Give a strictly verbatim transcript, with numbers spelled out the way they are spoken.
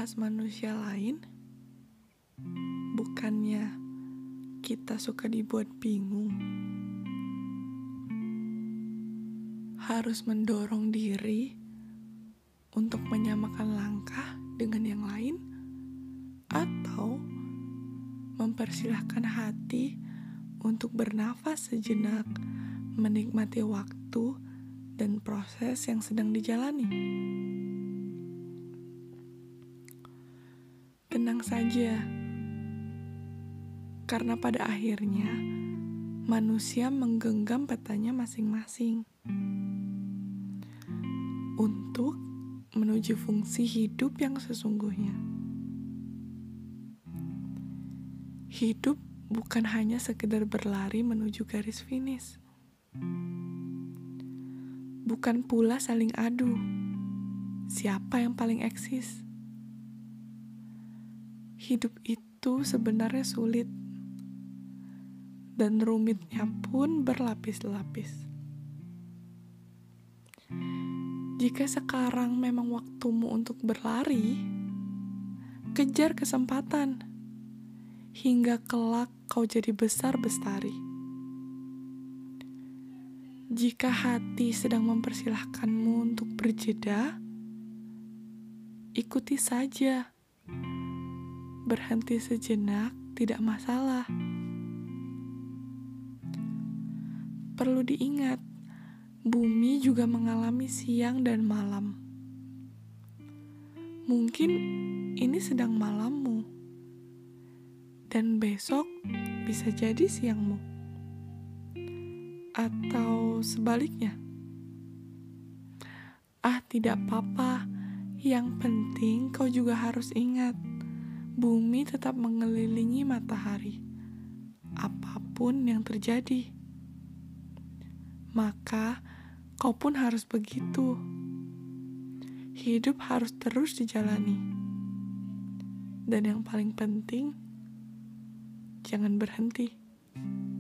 bahas manusia lain, bukannya kita suka dibuat bingung, harus mendorong diri untuk menyamakan langkah dengan yang lain, atau mempersilahkan hati untuk bernafas sejenak, menikmati waktu dan proses yang sedang dijalani. Tenang saja, karena pada akhirnya manusia menggenggam petanya masing-masing untuk menuju fungsi hidup yang sesungguhnya. Hidup bukan hanya sekedar berlari menuju garis finish. Bukan pula saling adu, siapa yang paling eksis. Hidup itu sebenarnya sulit, dan rumitnya pun berlapis-lapis. Jika sekarang memang waktumu untuk berlari, kejar kesempatan, hingga kelak kau jadi besar bestari. Jika hati sedang mempersilahkanmu untuk berjeda, ikuti saja. Berhenti sejenak tidak masalah. Perlu diingat, bumi juga mengalami siang dan malam. Mungkin ini sedang malammu, dan besok bisa jadi siangmu. Atau sebaliknya. Ah, tidak apa-apa. Yang penting kau juga harus ingat, bumi tetap mengelilingi matahari, apapun yang terjadi. Maka kau pun harus begitu. Hidup harus terus dijalani. Dan yang paling penting, jangan berhenti.